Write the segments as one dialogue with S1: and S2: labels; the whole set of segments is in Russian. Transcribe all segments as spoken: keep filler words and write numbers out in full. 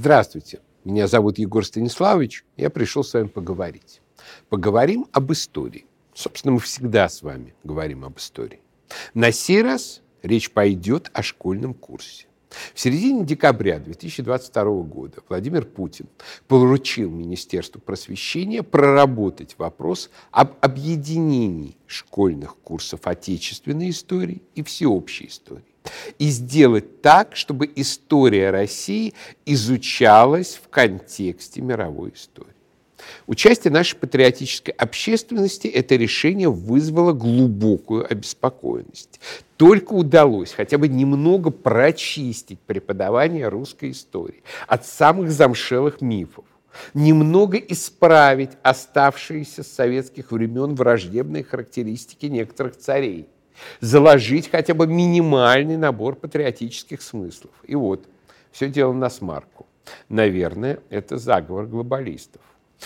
S1: Здравствуйте, меня зовут Егор Станиславович, я пришел с вами поговорить. Поговорим об истории. Собственно, мы всегда с вами говорим об истории. На сей раз речь пойдет о школьном курсе. В середине декабря две тысячи двадцать второго года Владимир Путин поручил Министерству просвещения проработать вопрос об объединении школьных курсов отечественной истории и всеобщей истории. И сделать так, чтобы история России изучалась в контексте мировой истории. Участие нашей патриотической общественности это решение вызвало глубокую обеспокоенность. Только удалось хотя бы немного прочистить преподавание русской истории от самых замшелых мифов, немного исправить оставшиеся с советских времен враждебные характеристики некоторых царей, заложить хотя бы минимальный набор патриотических смыслов. И вот, все дело насмарку. Наверное, это заговор глобалистов.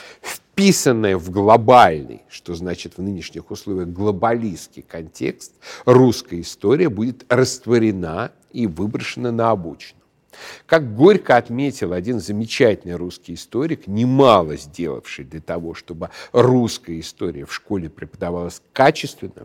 S1: Вписанная в глобальный, что значит в нынешних условиях глобалистский контекст, русская история будет растворена и выброшена на обочину. Как горько отметил один замечательный русский историк, немало сделавший для того, чтобы русская история в школе преподавалась качественно,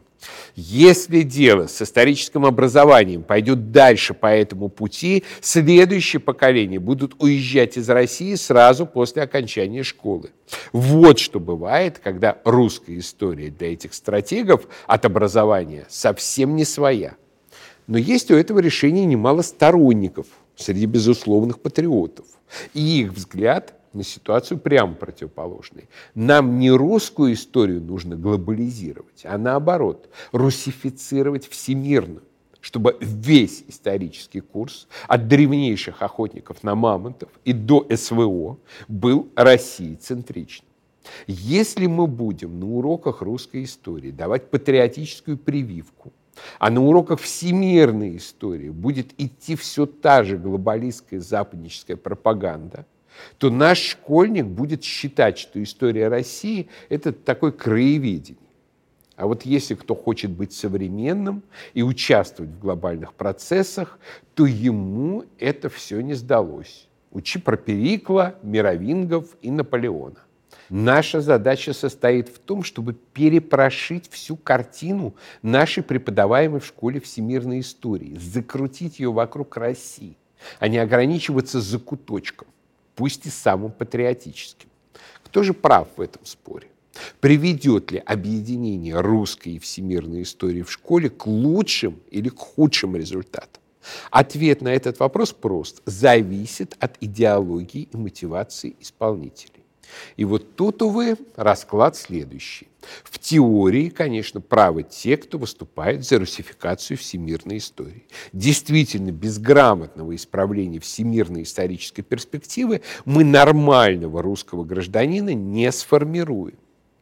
S1: если дело с историческим образованием пойдет дальше по этому пути, следующие поколения будут уезжать из России сразу после окончания школы. Вот что бывает, когда русская история для этих стратегов от образования совсем не своя. Но есть у этого решения немало сторонников среди безусловных патриотов. И их взгляд на ситуацию прямо противоположный. Нам не русскую историю нужно глобализировать, а наоборот, русифицировать всемирно, чтобы весь исторический курс от древнейших охотников на мамонтов и до эс вэ о был России-центричным. Если мы будем на уроках русской истории давать патриотическую прививку, а на уроках всемирной истории будет идти все та же глобалистская западническая пропаганда, то наш школьник будет считать, что история России – это такое краеведение. А вот если кто хочет быть современным и участвовать в глобальных процессах, то ему это все не сдалось. Учи про Перикла, Меровингов и Наполеона. Наша задача состоит в том, чтобы перепрошить всю картину нашей преподаваемой в школе всемирной истории, закрутить ее вокруг России, а не ограничиваться закуточком, пусть и самым патриотическим. Кто же прав в этом споре? Приведет ли объединение русской и всемирной истории в школе к лучшим или к худшим результатам? Ответ на этот вопрос прост. Зависит от идеологии и мотивации исполнителей. И вот тут, увы, расклад следующий. В теории, конечно, правы те, кто выступает за русификацию всемирной истории. Действительно, без грамотного исправления всемирной исторической перспективы мы нормального русского гражданина не сформируем.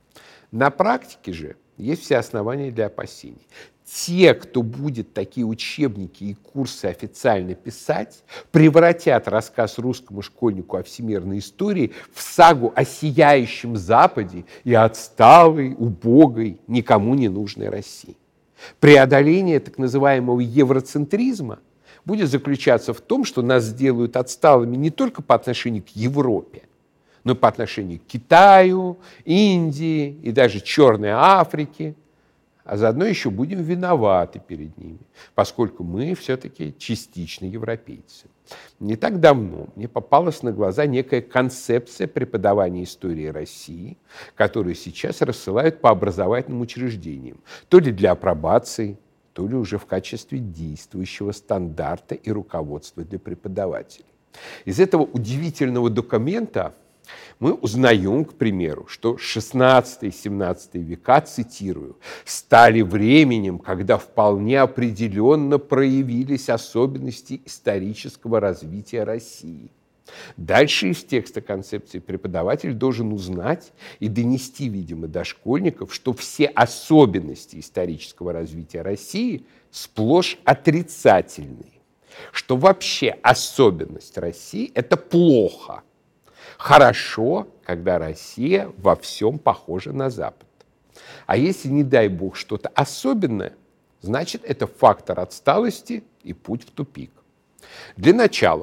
S1: На практике же есть все основания для опасений. Те, кто будет такие учебники и курсы официально писать, превратят рассказ русскому школьнику о всемирной истории в сагу о сияющем Западе и отсталой, убогой, никому не нужной России. Преодоление так называемого евроцентризма будет заключаться в том, что нас сделают отсталыми не только по отношению к Европе, но и по отношению к Китаю, Индии и даже Черной Африке. А заодно еще будем виноваты перед ними, поскольку мы все-таки частично европейцы. Не так давно мне попалась на глаза некая концепция преподавания истории России, которую сейчас рассылают по образовательным учреждениям, то ли для апробации, то ли уже в качестве действующего стандарта и руководства для преподавателей. Из этого удивительного документа мы узнаем, к примеру, что шестнадцатый-семнадцатый века, цитирую, стали временем, когда вполне определенно проявились особенности исторического развития России. Дальше из текста концепции преподаватель должен узнать и донести, видимо, до школьников, что все особенности исторического развития России сплошь отрицательные, что вообще особенность России – это плохо. Хорошо, когда Россия во всем похожа на Запад. А если, не дай бог, что-то особенное, значит, это фактор отсталости и путь в тупик. Для начала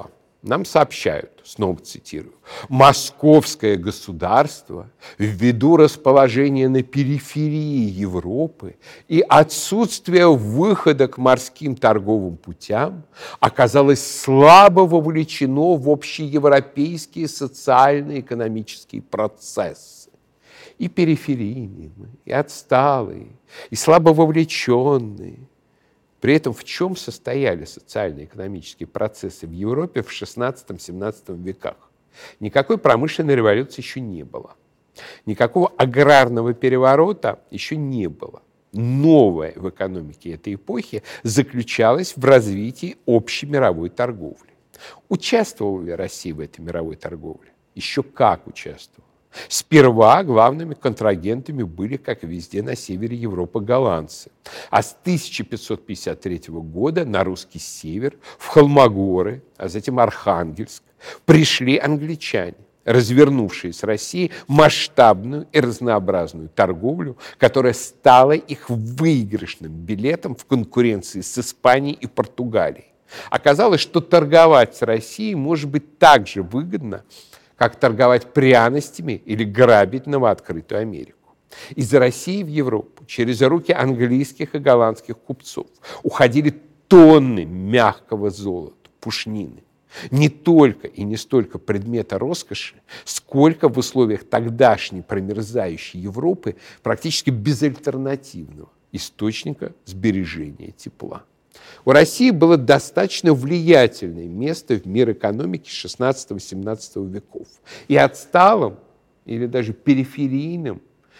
S1: нам сообщают, снова цитирую, «Московское государство ввиду расположения на периферии Европы и отсутствия выхода к морским торговым путям оказалось слабо вовлечено в общеевропейские социально-экономические процессы. И периферийные мы, и отсталые, и слабо вовлеченные». При этом в чем состояли социально-экономические процессы в Европе в шестнадцатом-семнадцатом веках? Никакой промышленной революции еще не было. Никакого аграрного переворота еще не было. Новое в экономике этой эпохи заключалось в развитии общей мировой торговли. Участвовала ли Россия в этой мировой торговле? Еще как участвовала. Сперва главными контрагентами были, как и везде на севере Европы, голландцы. А с тысяча пятьсот пятьдесят третьего года на русский север, в Холмогоры, а затем Архангельск, пришли англичане, развернувшие с Россией масштабную и разнообразную торговлю, которая стала их выигрышным билетом в конкуренции с Испанией и Португалией. Оказалось, что торговать с Россией может быть так же выгодно, как торговать пряностями или грабить новооткрытую Америку. Из России в Европу через руки английских и голландских купцов уходили тонны мягкого золота, пушнины. Не только и не столько предмета роскоши, сколько в условиях тогдашней промерзающей Европы практически безальтернативного источника сбережения тепла. У России было достаточно влиятельное место в мир экономики шестнадцатого-семнадцатого веков. И отсталым, или даже периферийным,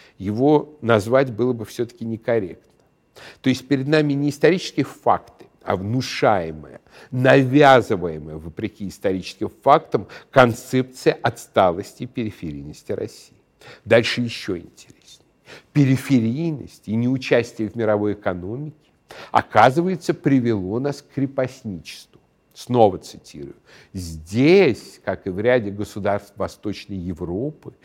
S1: его назвать было бы все-таки некорректно. То есть перед нами не исторические факты, а внушаемая, навязываемая, вопреки историческим фактам, концепция отсталости и периферийности России. Дальше еще интереснее. Периферийность и неучастие в мировой экономике, оказывается, привело нас к крепостничеству. Снова цитирую. «Здесь, как и в ряде государств Восточной Европы,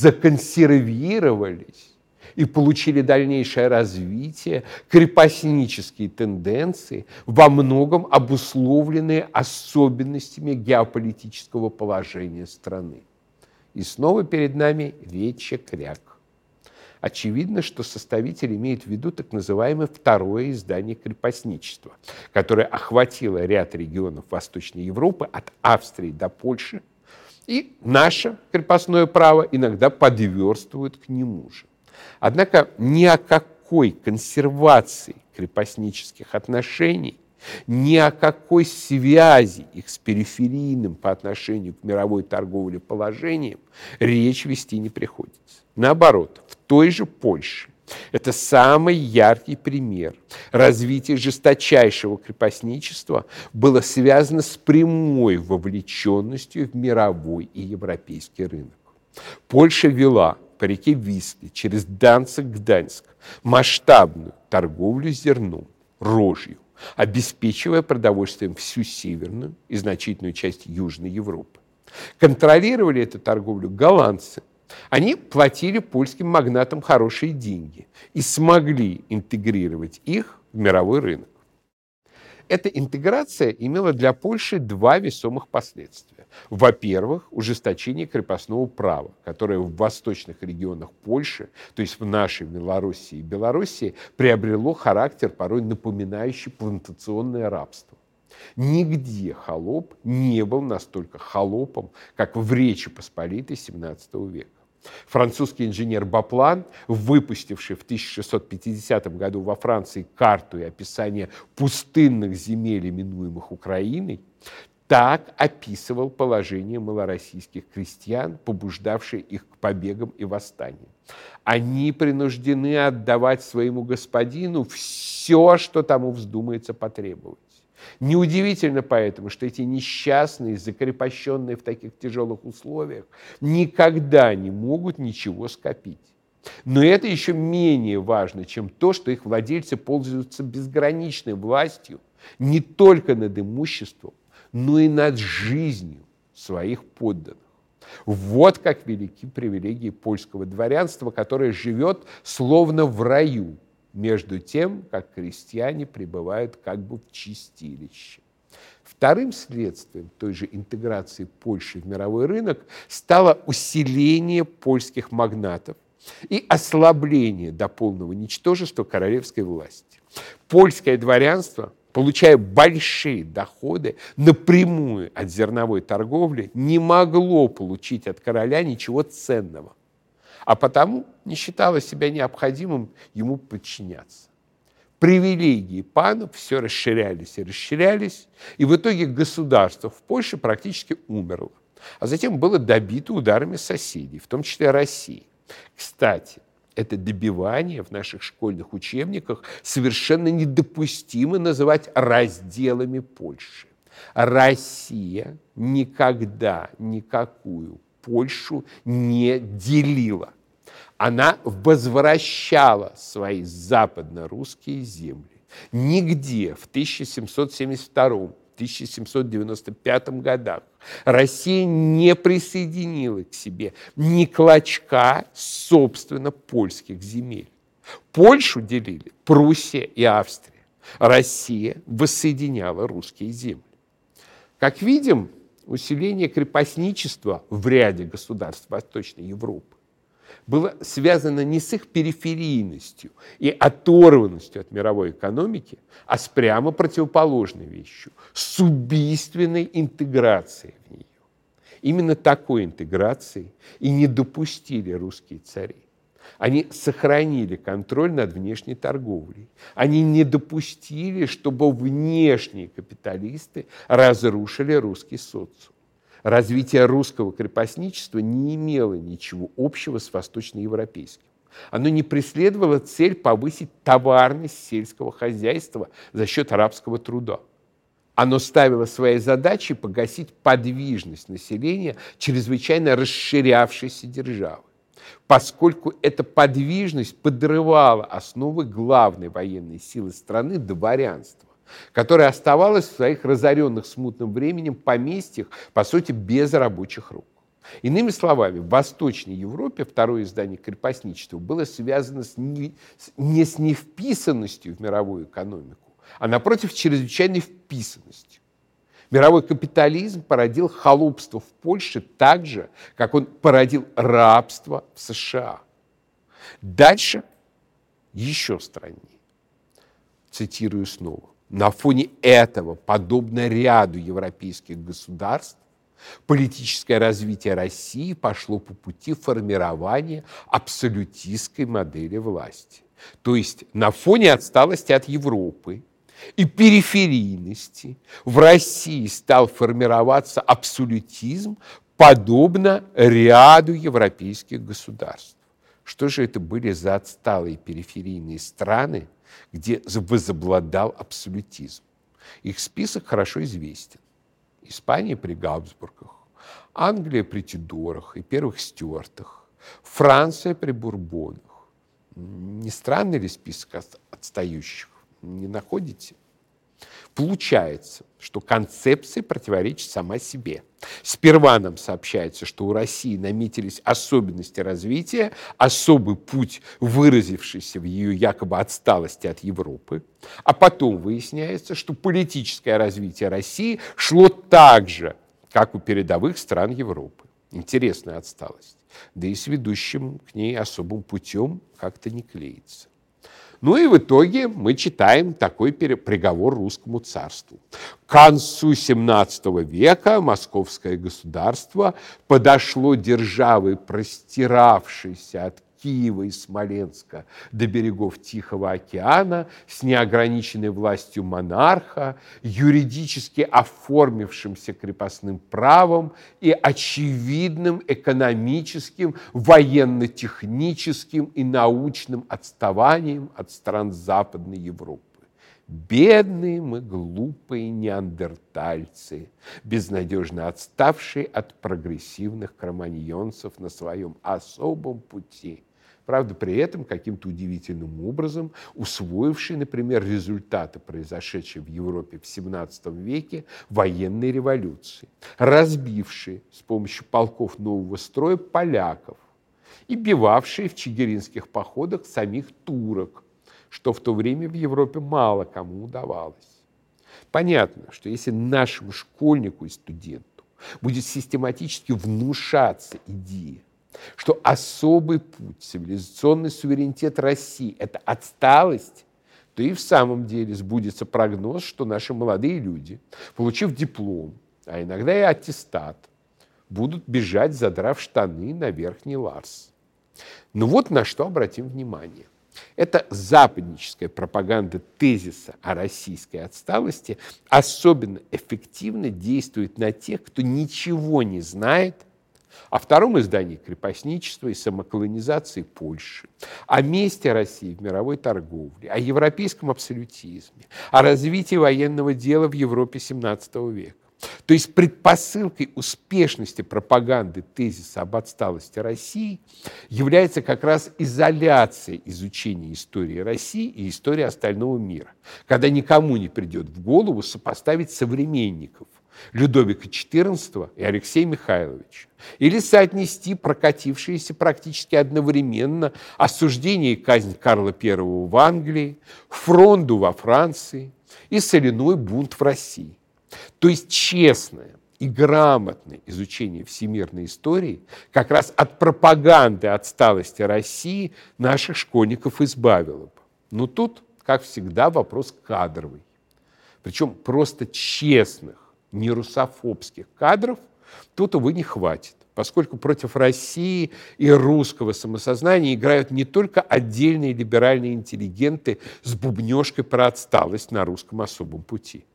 S1: законсервировались и получили дальнейшее развитие крепостнические тенденции, во многом обусловленные особенностями геополитического положения страны». И снова перед нами Вече Кряк. Очевидно, что составитель имеет в виду так называемое второе издание крепостничества, которое охватило ряд регионов Восточной Европы от Австрии до Польши, и наше крепостное право иногда подверстывает к нему же. Однако ни о какой консервации крепостнических отношений, ни о какой связи их с периферийным по отношению к мировой торговле положением речь вести не приходится. Наоборот, в той же Польше это самый яркий пример развития жесточайшего крепостничества было связано с прямой вовлеченностью в мировой и европейский рынок. Польша вела по реке Висле через Данциг-Гданьск масштабную торговлю зерном, рожью, обеспечивая продовольствием всю северную и значительную часть Южной Европы. Контролировали эту торговлю голландцы. Они платили польским магнатам хорошие деньги и смогли интегрировать их в мировой рынок. Эта интеграция имела для Польши два весомых последствия. Во-первых, ужесточение крепостного права, которое в восточных регионах Польши, то есть в нашей Белоруссии и Белоруссии, приобрело характер, порой напоминающий плантационное рабство. Нигде холоп не был настолько холопом, как в Речи Посполитой семнадцатого века. Французский инженер Баплан, выпустивший в тысяча шестьсот пятидесятом году во Франции карту и описание пустынных земель, именуемых Украиной, так описывал положение малороссийских крестьян, побуждавшие их к побегам и восстаниям. Они принуждены отдавать своему господину все, что тому вздумается потребовать. Неудивительно поэтому, что эти несчастные, закрепощенные в таких тяжелых условиях, никогда не могут ничего скопить. Но это еще менее важно, чем то, что их владельцы пользуются безграничной властью не только над имуществом, но и над жизнью своих подданных. Вот как велики привилегии польского дворянства, которое живет словно в раю, между тем, как крестьяне пребывают как бы в чистилище. В Вторым следствием той же интеграции Польши в мировой рынок стало усиление польских магнатов и ослабление до полного ничтожества королевской власти. Польское дворянство, получая большие доходы напрямую от зерновой торговли, не могло получить от короля ничего ценного, а потому не считало себя необходимым ему подчиняться. Привилегии панов все расширялись и расширялись, и в итоге государство в Польше практически умерло, а затем было добито ударами соседей, в том числе России. Кстати, это добивание в наших школьных учебниках совершенно недопустимо называть разделами Польши. Россия никогда никакую Польшу не делила. Она возвращала свои западно-русские земли. Нигде в тысяча семьсот семьдесят втором — тысяча семьсот девяносто пятом годах Россия не присоединила к себе ни клочка, собственно, польских земель. Польшу делили Пруссия и Австрия. Россия воссоединяла русские земли. Как видим, усиление крепостничества в ряде государств Восточной Европы было связано не с их периферийностью и оторванностью от мировой экономики, а с прямо противоположной вещью – с убийственной интеграцией в нее. Именно такой интеграции и не допустили русские цари. Они сохранили контроль над внешней торговлей. Они не допустили, чтобы внешние капиталисты разрушили русский социум. Развитие русского крепостничества не имело ничего общего с восточноевропейским. Оно не преследовало цель повысить товарность сельского хозяйства за счет рабского труда. Оно ставило своей задачей погасить подвижность населения чрезвычайно расширявшейся державы, поскольку эта подвижность подрывала основы главной военной силы страны – дворянства, которое оставалось в своих разоренных смутным временем поместьях, по сути, без рабочих рук. Иными словами, в Восточной Европе второе издание крепостничества было связано с не, не с невписанностью в мировую экономику, а, напротив, чрезвычайной вписанностью. Мировой капитализм породил холопство в Польше так же, как он породил рабство в США. Дальше еще страннее. Цитирую снова. На фоне этого, подобно ряду европейских государств, политическое развитие России пошло по пути формирования абсолютистской модели власти. То есть на фоне отсталости от Европы и периферийности в России стал формироваться абсолютизм, подобно ряду европейских государств. Что же это были за отсталые периферийные страны, где возобладал абсолютизм? Их список хорошо известен. Испания при Габсбургах, Англия при Тюдорах и первых Стюартах, Франция при Бурбонах. Не странный ли список отстающих? Не находите? Получается, что концепция противоречит сама себе. Сперва нам сообщается, что у России наметились особенности развития, особый путь, выразившийся в ее якобы отсталости от Европы, а потом выясняется, что политическое развитие России шло так же, как у передовых стран Европы. Интересная отсталость. Да и с ведущим к ней особым путем как-то не клеится. Ну и в итоге мы читаем такой приговор русскому царству. К концу семнадцатого века московское государство подошло державой, простиравшейся от Киева и Смоленска до берегов Тихого океана, с неограниченной властью монарха, юридически оформившимся крепостным правом и очевидным экономическим, военно-техническим и научным отставанием от стран Западной Европы. Бедные мы, глупые неандертальцы, безнадежно отставшие от прогрессивных кроманьонцев на своем особом пути. Правда, при этом каким-то удивительным образом усвоившие, например, результаты, произошедшей в Европе в семнадцатом веке военной революции, разбившие с помощью полков нового строя поляков и бивавшие в чигиринских походах самих турок, что в то время в Европе мало кому удавалось. Понятно, что если нашему школьнику и студенту будет систематически внушаться идея, что особый путь, цивилизационный суверенитет России – это отсталость, то и в самом деле сбудется прогноз, что наши молодые люди, получив диплом, а иногда и аттестат, будут бежать, задрав штаны на верхний ларс. Ну вот на что обратим внимание. Эта западническая пропаганда тезиса о российской отсталости особенно эффективно действует на тех, кто ничего не знает о втором издании крепостничества и самоколонизации Польши, о месте России в мировой торговле, о европейском абсолютизме, о развитии военного дела в Европе семнадцатого века. То есть предпосылкой успешности пропаганды тезиса об отсталости России является как раз изоляция изучения истории России и истории остального мира, когда никому не придет в голову сопоставить современников Людовика четырнадцатого и Алексея Михайловича, или соотнести прокатившиеся практически одновременно осуждение и казнь Карла Первого в Англии, Фронду во Франции и соляной бунт в России. То есть честное и грамотное изучение всемирной истории как раз от пропаганды отсталости России наших школьников избавило бы. Но тут, как всегда, вопрос кадровый. Причем просто честных, не русофобских кадров тут, увы, не хватит, поскольку против России и русского самосознания играют не только отдельные либеральные интеллигенты с бубнёжкой про отсталость на русском особом пути.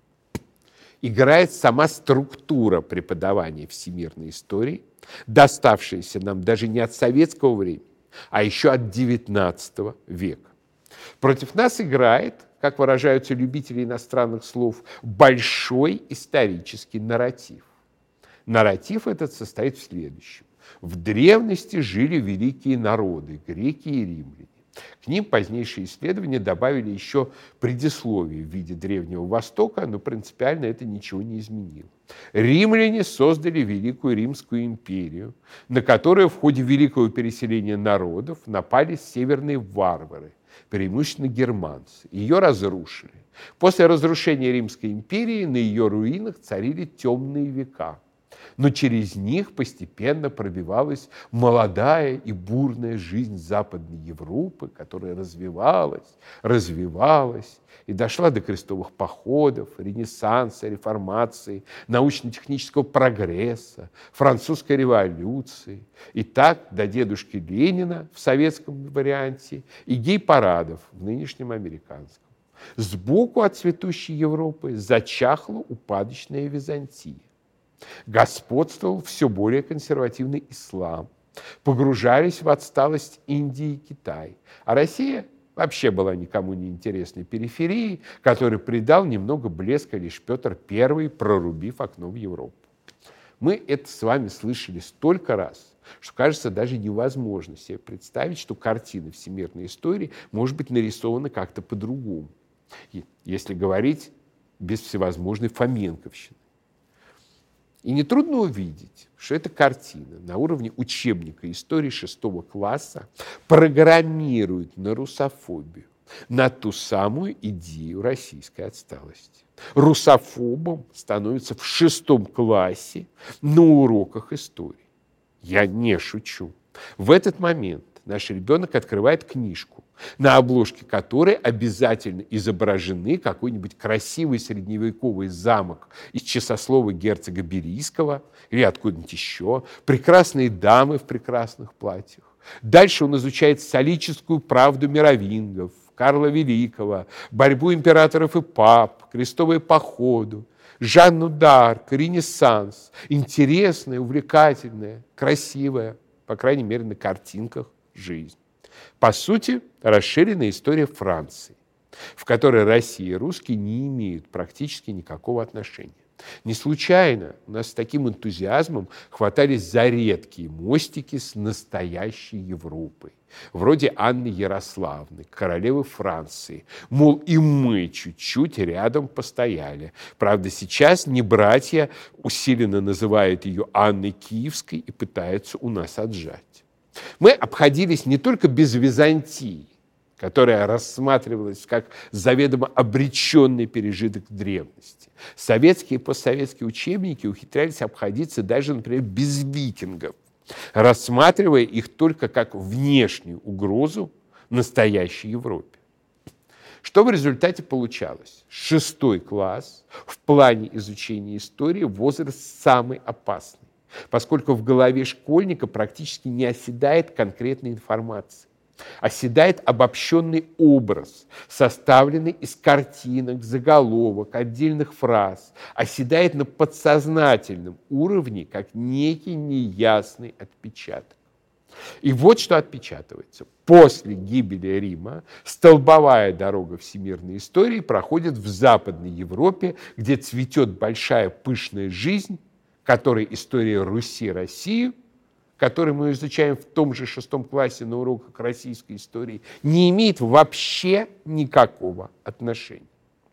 S1: Играет сама структура преподавания всемирной истории, доставшаяся нам даже не от советского времени, а еще от девятнадцатого века. Против нас играет, как выражаются любители иностранных слов, большой исторический нарратив. Нарратив этот состоит в следующем. В древности жили великие народы, греки и римляне. К ним позднейшие исследования добавили еще предисловие в виде Древнего Востока, но принципиально это ничего не изменило. Римляне создали Великую Римскую империю, на которую в ходе великого переселения народов напали северные варвары, преимущественно германцы. Ее разрушили. После разрушения Римской империи на ее руинах царили темные века. Но через них постепенно пробивалась молодая и бурная жизнь Западной Европы, которая развивалась, развивалась и дошла до крестовых походов, Ренессанса, Реформации, научно-технического прогресса, Французской революции, и так до дедушки Ленина в советском варианте и гей-парадов в нынешнем американском. Сбоку от цветущей Европы зачахла упадочная Византия. Господствовал все более консервативный ислам, погружались в отсталость Индия и Китай, а Россия вообще была никому не интересной периферией, которой придал немного блеска лишь Петр Первый, прорубив окно в Европу. Мы это с вами слышали столько раз, что, кажется, даже невозможно себе представить, что картина всемирной истории может быть нарисована как-то по-другому, если говорить без всевозможной фоменковщины. И нетрудно увидеть, что эта картина на уровне учебника истории шестого класса программирует на русофобию, на ту самую идею российской отсталости. Русофобом становится в шестом классе на уроках истории. Я не шучу. В этот момент наш ребенок открывает книжку, на обложке которой обязательно изображены какой-нибудь красивый средневековый замок из часослова герцога Берийского или откуда-нибудь еще, прекрасные дамы в прекрасных платьях. Дальше он изучает солическую правду мировингов, Карла Великого, борьбу императоров и пап, крестовые походы, Жанну д'Арк, Ренессанс. Интересная, увлекательная, красивая, по крайней мере, на картинках, жизнь. По сути, расширенная история Франции, в которой Россия и русские не имеют практически никакого отношения. Не случайно у нас с таким энтузиазмом хватались за редкие мостики с настоящей Европой, вроде Анны Ярославны, королевы Франции. Мол, и мы чуть-чуть рядом постояли. Правда, сейчас не братья усиленно называют ее Анной Киевской и пытаются у нас отжать. Мы обходились не только без Византии, которая рассматривалась как заведомо обреченный пережиток древности. Советские и постсоветские учебники ухитрялись обходиться даже, например, без викингов, рассматривая их только как внешнюю угрозу настоящей Европе. Что в результате получалось? Шестой класс в плане изучения истории возраст самый опасный, поскольку в голове школьника практически не оседает конкретной информации. Оседает обобщенный образ, составленный из картинок, заголовок, отдельных фраз, оседает на подсознательном уровне, как некий неясный отпечаток. И вот что отпечатывается. После гибели Рима столбовая дорога всемирной истории проходит в Западной Европе, где цветет большая пышная жизнь, которой история Руси, России, который мы изучаем в том же шестом классе на уроках российской истории, не имеет вообще никакого отношения.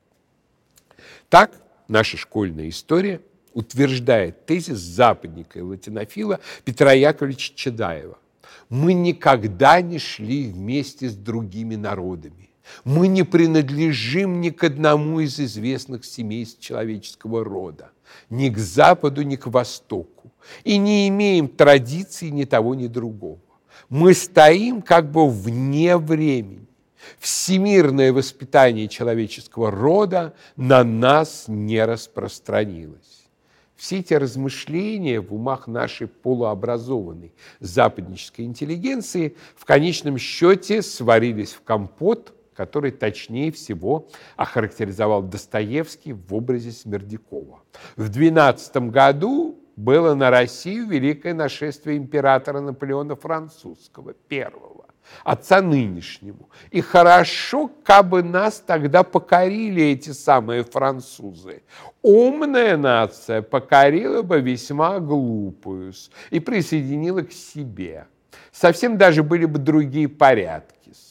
S1: Так, наша школьная история утверждает тезис западника и латинофила Петра Яковлевича Чаадаева. Мы никогда не шли вместе с другими народами. Мы не принадлежим ни к одному из известных семейств человеческого рода, ни к Западу, ни к Востоку, и не имеем традиций ни того, ни другого. Мы стоим как бы вне времени. Всемирное воспитание человеческого рода на нас не распространилось. Все эти размышления в умах нашей полуобразованной западнической интеллигенции в конечном счете сварились в компот, который точнее всего охарактеризовал Достоевский в образе Смердякова. В двенадцатом году было на Россию великое нашествие императора Наполеона Французского, первого, отца нынешнему. И хорошо, кабы нас тогда покорили эти самые французы. Умная нация покорила бы весьма глупую и присоединила к себе. Совсем даже были бы другие порядки.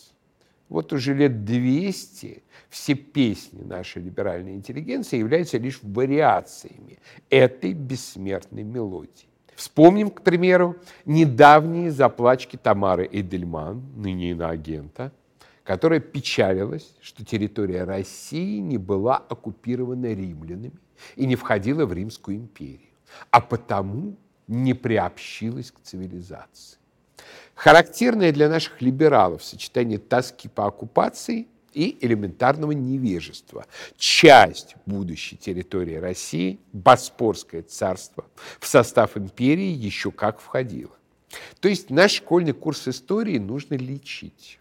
S1: Вот уже лет двести все песни нашей либеральной интеллигенции являются лишь вариациями этой бессмертной мелодии. Вспомним, к примеру, недавние заплачки Тамары Эйдельман, ныне иноагента, которая печалилась, что территория России не была оккупирована римлянами и не входила в Римскую империю, а потому не приобщилась к цивилизации. Характерное для наших либералов сочетание тоски по оккупации и элементарного невежества. Часть будущей территории России, Боспорское царство, в состав империи еще как входило. То есть наш школьный курс истории нужно лечить.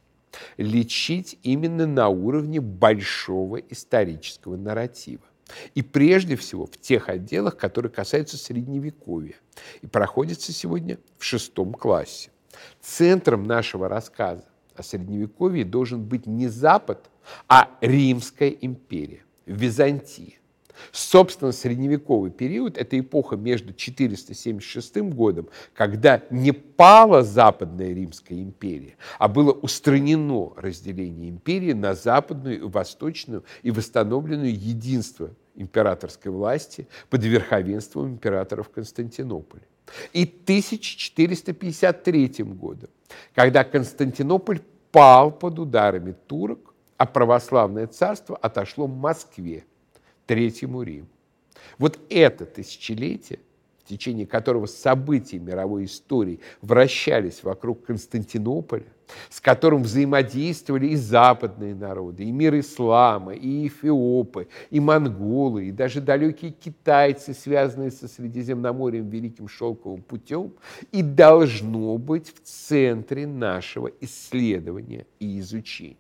S1: Лечить именно на уровне большого исторического нарратива. И прежде всего в тех отделах, которые касаются Средневековья и проходятся сегодня в шестом классе. Центром нашего рассказа о Средневековье должен быть не Запад, а Римская империя, Византия. Собственно, средневековый период – это эпоха между четыреста семьдесят шестым годом, когда не пала Западная Римская империя, а было устранено разделение империи на западную и восточную и восстановленное единство императорской власти под верховенством императора в Константинополе. И тысяча четыреста пятьдесят третьим годом, когда Константинополь пал под ударами турок, а православное царство отошло Москве, Третьему Риму. Вот это тысячелетие, в течение которого события мировой истории вращались вокруг Константинополя, с которым взаимодействовали и западные народы, и мир ислама, и эфиопы, и монголы, и даже далекие китайцы, связанные со Средиземноморьем Великим Шелковым путем, и должно быть в центре нашего исследования и изучения.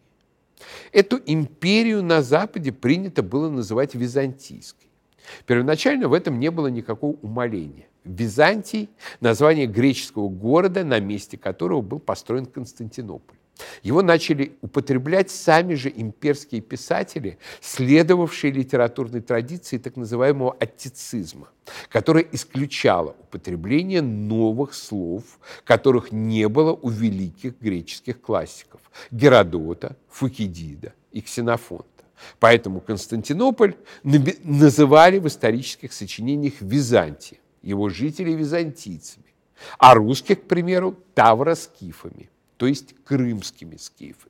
S1: Эту империю на Западе принято было называть византийской. Первоначально в этом не было никакого умаления. Византий – название греческого города, на месте которого был построен Константинополь. Его начали употреблять сами же имперские писатели, следовавшие литературной традиции так называемого аттицизма, которая исключала употребление новых слов, которых не было у великих греческих классиков – Геродота, Фукидида и Ксенофонта. Поэтому Константинополь называли в исторических сочинениях Византией, его жителей византийцами, а русских, к примеру, тавроскифами, то есть крымскими скифами.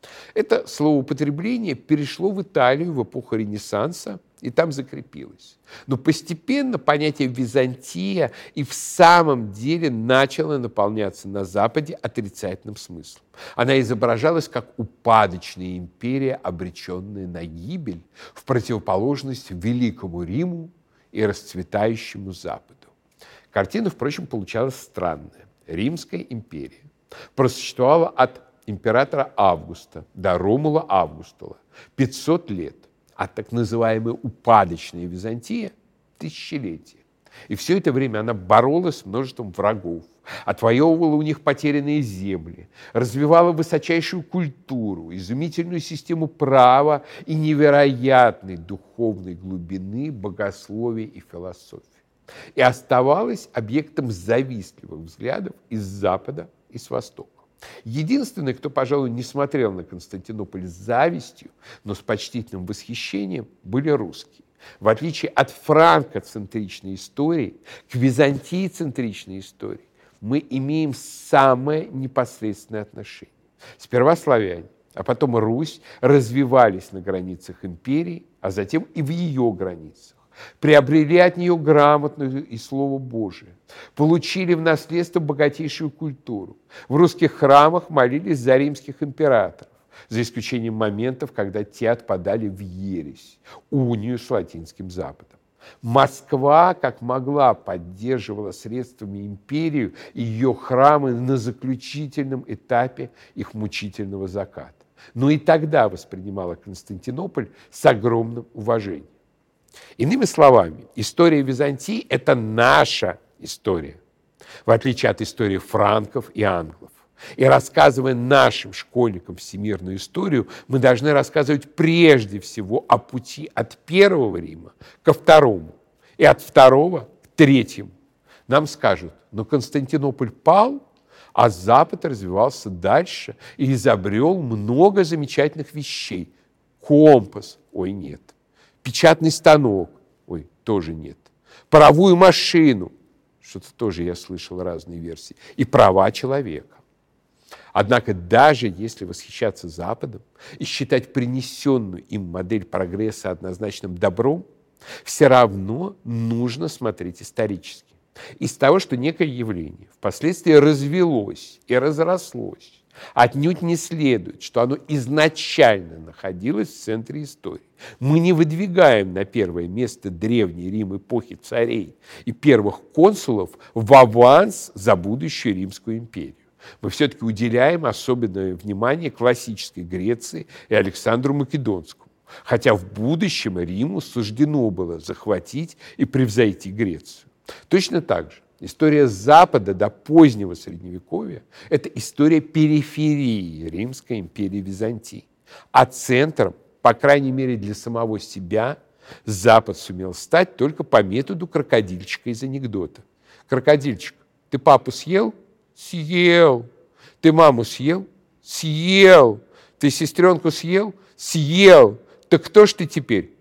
S1: Это словоупотребление перешло в Италию в эпоху Ренессанса и там закрепилось. Но постепенно понятие «Византия» и в самом деле начало наполняться на Западе отрицательным смыслом. Она изображалась как упадочная империя, обреченная на гибель, в противоположность Великому Риму и расцветающему Западу. Картина, впрочем, получалась странная. Римская империя просуществовала от императора Августа до Ромула Августула пятьсот лет, а так называемая упадочная Византия – тысячелетия. И все это время она боролась с множеством врагов, отвоевывала у них потерянные земли, развивала высочайшую культуру, изумительную систему права и невероятной духовной глубины богословия и философии. И оставалась объектом завистливых взглядов из Запада и с Востока. Единственный, кто, пожалуй, не смотрел на Константинополь с завистью, но с почтительным восхищением, были русские. В отличие от франкоцентричной истории, к византийцентричной истории мы имеем самое непосредственное отношение. Сперва славяне, а потом Русь развивались на границах империи, а затем и в ее границах. Приобрели от нее грамотную и Слово Божие, получили в наследство богатейшую культуру. В русских храмах молились за римских императоров, за исключением моментов, когда те отпадали в ересь, унию с латинским Западом. Москва, как могла, поддерживала средствами империю и ее храмы на заключительном этапе их мучительного заката. Но и тогда воспринимала Константинополь с огромным уважением. Иными словами, история Византии – это наша история, в отличие от истории франков и англов. И рассказывая нашим школьникам всемирную историю, мы должны рассказывать прежде всего о пути от Первого Рима ко Второму и от Второго к Третьему. Нам скажут, но Константинополь пал, а Запад развивался дальше и изобрел много замечательных вещей. Компас, ой, нет. Печатный станок, ой, тоже нет. Паровую машину, что-то тоже я слышал разные версии. И права человека. Однако даже если восхищаться Западом и считать принесенную им модель прогресса однозначным добром, все равно нужно смотреть исторически. Из того, что некое явление впоследствии развелось и разрослось, отнюдь не следует, что оно изначально находилось в центре истории. Мы не выдвигаем на первое место Древний Рим эпохи царей и первых консулов в аванс за будущую Римскую империю. Мы все-таки уделяем особенное внимание классической Греции и Александру Македонскому, хотя в будущем Риму суждено было захватить и превзойти Грецию. Точно так же история Запада до позднего Средневековья – это история периферии Римской империи Византии. А центром, по крайней мере для самого себя, Запад сумел стать только по методу крокодильчика из анекдота. Крокодильчик, ты папу съел? Съел. Ты маму съел? Съел. Ты сестренку съел? Съел. Так кто ж ты теперь?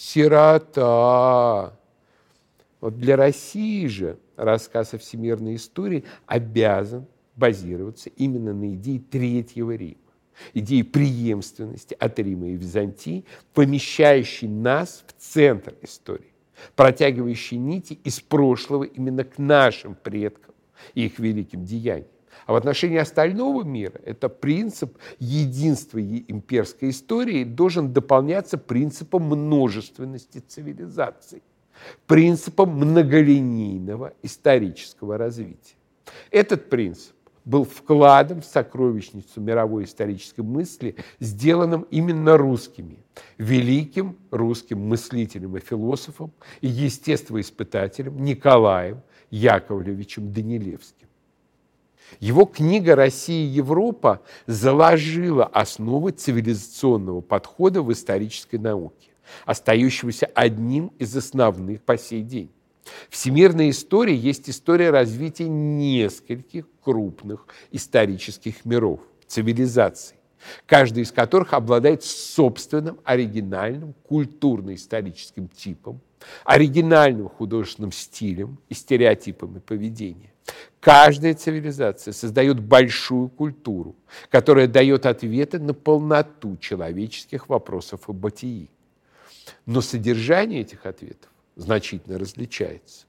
S1: Сирота. Вот для России же рассказ о всемирной истории обязан базироваться именно на идее Третьего Рима, идее преемственности от Рима и Византии, помещающей нас в центр истории, протягивающей нити из прошлого именно к нашим предкам и их великим деяниям. А в отношении остального мира это принцип единства имперской истории должен дополняться принципом множественности цивилизаций, принципом многолинейного исторического развития. Этот принцип был вкладом в сокровищницу мировой исторической мысли, сделанным именно русскими, великим русским мыслителем и философом и естествоиспытателем Николаем Яковлевичем Данилевским. Его книга «Россия и Европа» заложила основы цивилизационного подхода в исторической науке, остающегося одним из основных по сей день. Всемирная история есть история развития нескольких крупных исторических миров, цивилизаций, каждый из которых обладает собственным оригинальным культурно-историческим типом, оригинальным художественным стилем и стереотипами поведения. Каждая цивилизация создает большую культуру, которая дает ответы на полноту человеческих вопросов о бытии. Но содержание этих ответов значительно различается.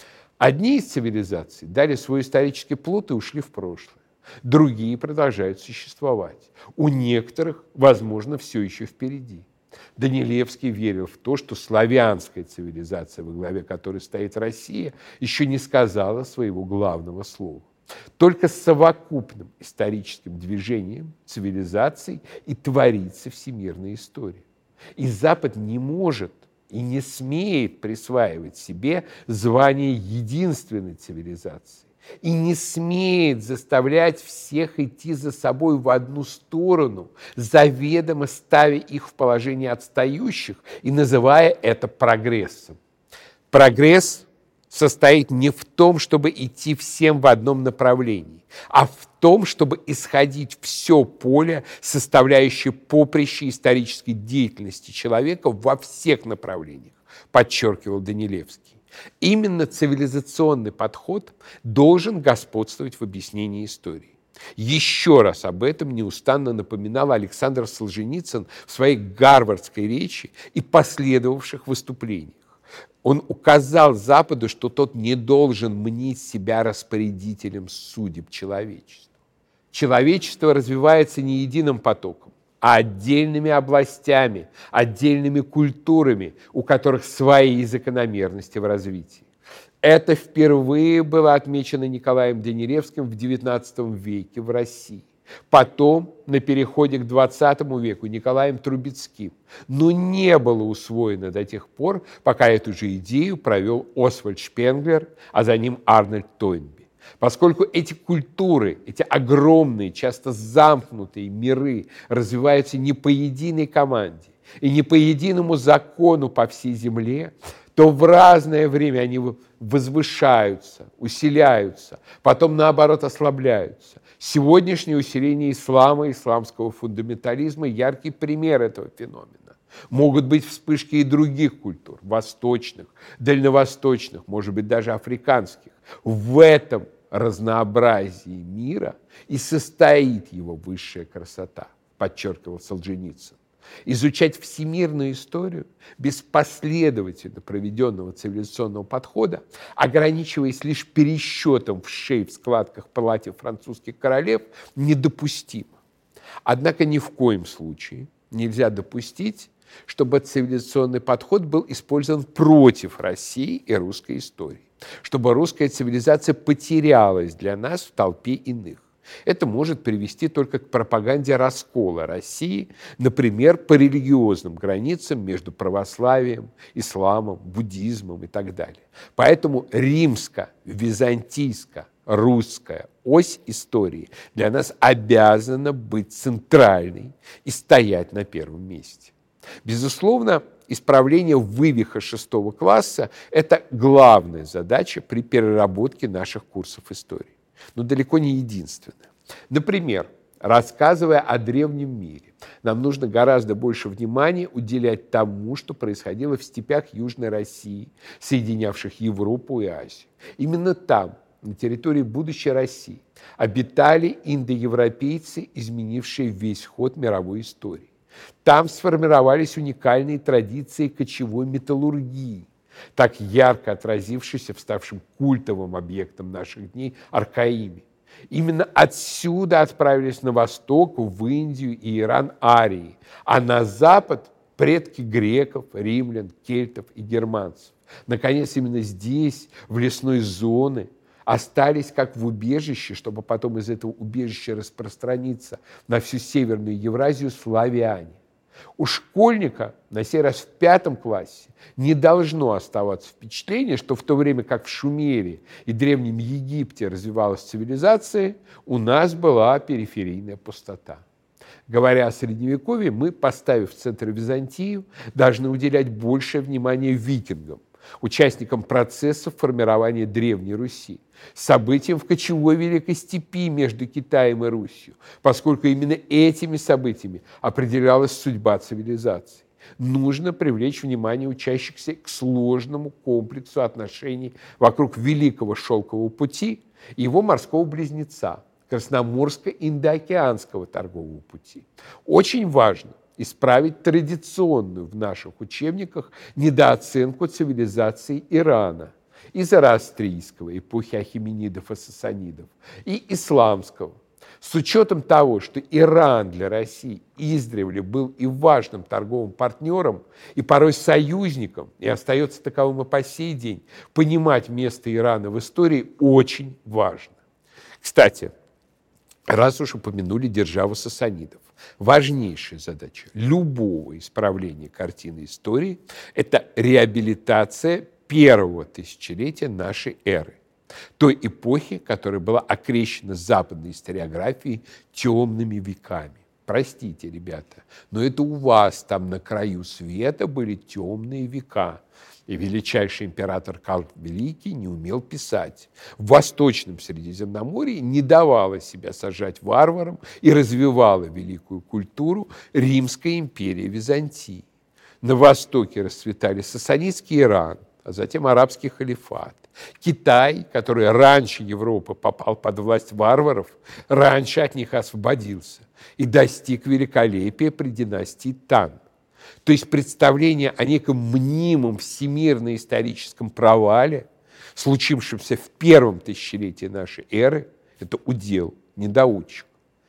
S1: Одни из цивилизаций дали свой исторический плод и ушли в прошлое. Другие продолжают существовать. У некоторых, возможно, все еще впереди. Данилевский верил в то, что славянская цивилизация, во главе которой стоит Россия, еще не сказала своего главного слова. Только с совокупным историческим движением цивилизаций и творится всемирная история. И Запад не может и не смеет присваивать себе звание единственной цивилизации. И не смеет заставлять всех идти за собой в одну сторону, заведомо ставя их в положение отстающих и называя это прогрессом. Прогресс состоит не в том, чтобы идти всем в одном направлении, а в том, чтобы исходить все поле, составляющее поприще исторической деятельности человека во всех направлениях, подчеркивал Данилевский. Именно цивилизационный подход должен господствовать в объяснении истории. Еще раз об этом неустанно напоминал Александр Солженицын в своей гарвардской речи и последовавших выступлениях. Он указал Западу, что тот не должен мнить себя распорядителем судеб человечества. Человечество развивается не единым потоком, а отдельными областями, отдельными культурами, у которых свои закономерности в развитии. Это впервые было отмечено Николаем Данилевским в девятнадцатом веке в России. Потом, на переходе к двадцатому веку, Николаем Трубецким. Но не было усвоено до тех пор, пока эту же идею провел Освальд Шпенглер, а за ним Арнольд Тойнби. Поскольку эти культуры, эти огромные, часто замкнутые миры развиваются не по единой команде и не по единому закону по всей земле, то в разное время они возвышаются, усиляются, потом, наоборот, ослабляются. Сегодняшнее усиление ислама, исламского фундаментализма – яркий пример этого феномена. Могут быть вспышки и других культур – восточных, дальневосточных, может быть, даже африканских. В этом разнообразии мира и состоит его высшая красота, подчеркивал Солженицын. Изучать всемирную историю без последовательно проведенного цивилизационного подхода, ограничиваясь лишь пересчетом вшей в складках платьев французских королев, недопустимо. Однако ни в коем случае нельзя допустить, чтобы цивилизационный подход был использован против России и русской истории, чтобы русская цивилизация потерялась для нас в толпе иных. Это может привести только к пропаганде раскола России, например, по религиозным границам между православием, исламом, буддизмом и так далее. Поэтому римско-византийско-русская ось истории для нас обязана быть центральной и стоять на первом месте. Безусловно, исправление вывиха шестого класса – это главная задача при переработке наших курсов истории. Но далеко не единственное. Например, рассказывая о древнем мире, нам нужно гораздо больше внимания уделять тому, что происходило в степях Южной России, соединявших Европу и Азию. Именно там, на территории будущей России, обитали индоевропейцы, изменившие весь ход мировой истории. Там сформировались уникальные традиции кочевой металлургии, так ярко отразившийся в ставшем культовым объектом наших дней Аркаиме. Именно отсюда отправились на восток, в Индию и Иран арии, а на запад – предки греков, римлян, кельтов и германцев. Наконец, именно здесь, в лесной зоне, остались как в убежище, чтобы потом из этого убежища распространиться на всю Северную Евразию, славяне. У школьника, на сей раз в пятом классе, не должно оставаться впечатление, что в то время как в Шумере и Древнем Египте развивалась цивилизация, у нас была периферийная пустота. Говоря о Средневековье, мы, поставив в центр Византию, должны уделять большее внимание викингам, участникам процессов формирования Древней Руси, событиям в кочевой Великой Степи между Китаем и Русью, поскольку именно этими событиями определялась судьба цивилизации. Нужно привлечь внимание учащихся к сложному комплексу отношений вокруг Великого Шелкового пути, и его морского близнеца, Красноморско-Индоокеанского торгового пути. Очень важно исправить традиционную в наших учебниках недооценку цивилизации Ирана и зороастрийского, эпохи ахименидов и сасанидов, и исламского. С учетом того, что Иран для России издревле был и важным торговым партнером, и порой союзником, и остается таковым и по сей день, понимать место Ирана в истории очень важно. Кстати, раз уж упомянули державу сасанидов, важнейшая задача любого исправления картины истории – это реабилитация первого тысячелетия нашей эры, той эпохи, которая была окрещена западной историографией темными веками. Простите, ребята, но это у вас там на краю света были темные века, и величайший император Карл Великий не умел писать. В Восточном Средиземноморье не давала себя сажать варварам и развивала великую культуру Римская империя Византии. На Востоке расцветали сасанидский Иран, а затем арабский халифат. Китай, который раньше Европы попал под власть варваров, раньше от них освободился и достиг великолепия при династии Тан. То есть представление о неком мнимом всемирно-историческом провале, случившемся в первом тысячелетии нашей эры, это удел недоучек.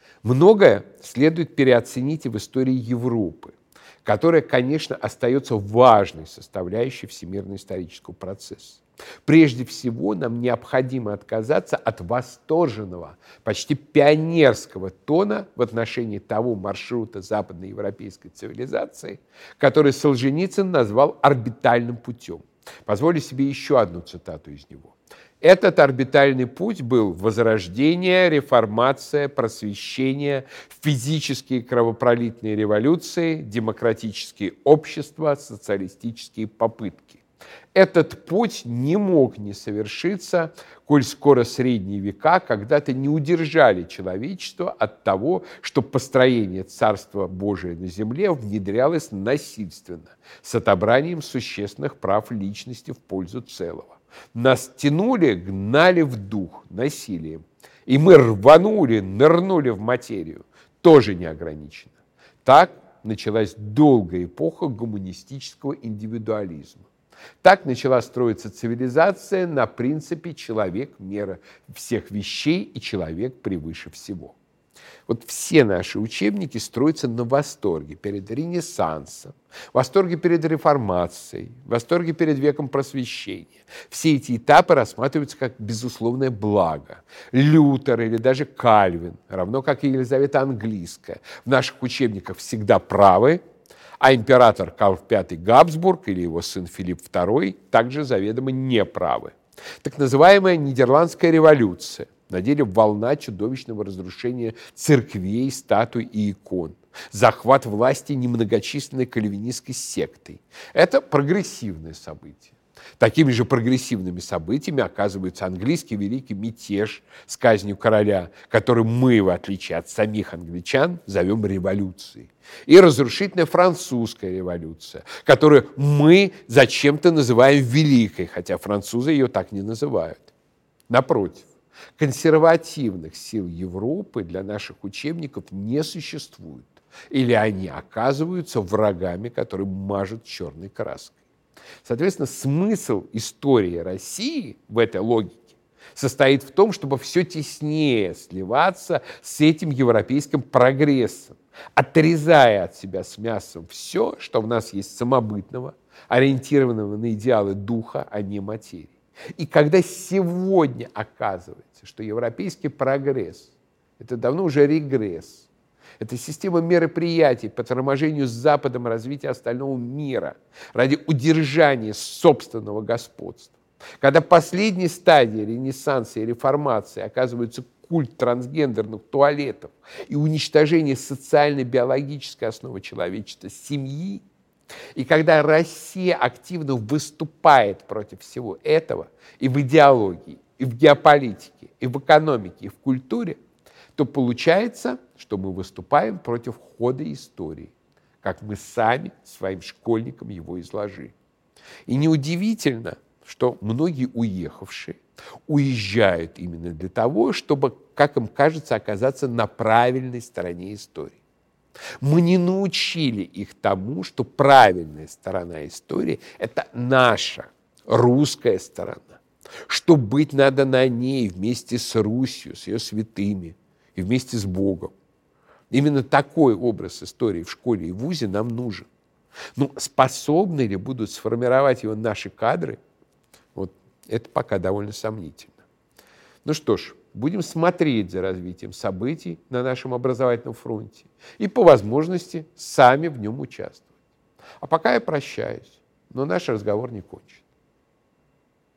S1: Многое следует переоценить и в истории Европы, которая, конечно, остается важной составляющей всемирно-исторического процесса. Прежде всего, нам необходимо отказаться от восторженного, почти пионерского тона в отношении того маршрута западноевропейской цивилизации, который Солженицын назвал орбитальным путем. Позволю себе еще одну цитату из него. Этот орбитальный путь был возрождение, реформация, просвещение, физические кровопролитные революции, демократические общества, социалистические попытки. Этот путь не мог не совершиться, коль скоро средние века когда-то не удержали человечество от того, что построение Царства Божия на земле внедрялось насильственно, с отобранием существенных прав личности в пользу целого. Нас тянули, гнали в дух насилием, и мы рванули, нырнули в материю, тоже неограниченно. Так началась долгая эпоха гуманистического индивидуализма. Так начала строиться цивилизация на принципе «человек – мера всех вещей и человек превыше всего». Вот все наши учебники строятся на восторге перед Ренессансом, восторге перед Реформацией, восторге перед веком Просвещения. Все эти этапы рассматриваются как безусловное благо. Лютер или даже Кальвин, равно как и Елизавета Английская, в наших учебниках всегда правы, а император Карл Пятый Габсбург или его сын Филипп Второй также заведомо неправы. Так называемая Нидерландская революция, на деле волна чудовищного разрушения церквей, статуй и икон, захват власти немногочисленной кальвинистской сектой. Это прогрессивное событие. Такими же прогрессивными событиями оказывается английский великий мятеж с казнью короля, который мы, в отличие от самих англичан, зовем революцией. И разрушительная французская революция, которую мы зачем-то называем великой, хотя французы ее так не называют. Напротив, консервативных сил Европы для наших учебников не существует, или они оказываются врагами, которые мажут черной краской. Соответственно, смысл истории России в этой логике состоит в том, чтобы все теснее сливаться с этим европейским прогрессом, отрезая от себя с мясом все, что в нас есть самобытного, ориентированного на идеалы духа, а не материи. И когда сегодня оказывается, что европейский прогресс – это давно уже регресс, это система мероприятий по торможению с Западом развития остального мира ради удержания собственного господства. Когда последней стадией Ренессанса и Реформации оказывается культ трансгендерных туалетов и уничтожение социально-биологической основы человечества, семьи, и когда Россия активно выступает против всего этого и в идеологии, и в геополитике, и в экономике, и в культуре, то получается, что мы выступаем против хода истории, как мы сами своим школьникам его изложили. И неудивительно, что многие уехавшие уезжают именно для того, чтобы, как им кажется, оказаться на правильной стороне истории. Мы не научили их тому, что правильная сторона истории – это наша русская сторона, что быть надо на ней вместе с Русью, с ее святыми и вместе с Богом. Именно такой образ истории в школе и вузе нам нужен. Но способны ли будут сформировать его наши кадры, вот это пока довольно сомнительно. Ну что ж, будем смотреть за развитием событий на нашем образовательном фронте и по возможности сами в нем участвовать. А пока я прощаюсь, но наш разговор не кончен.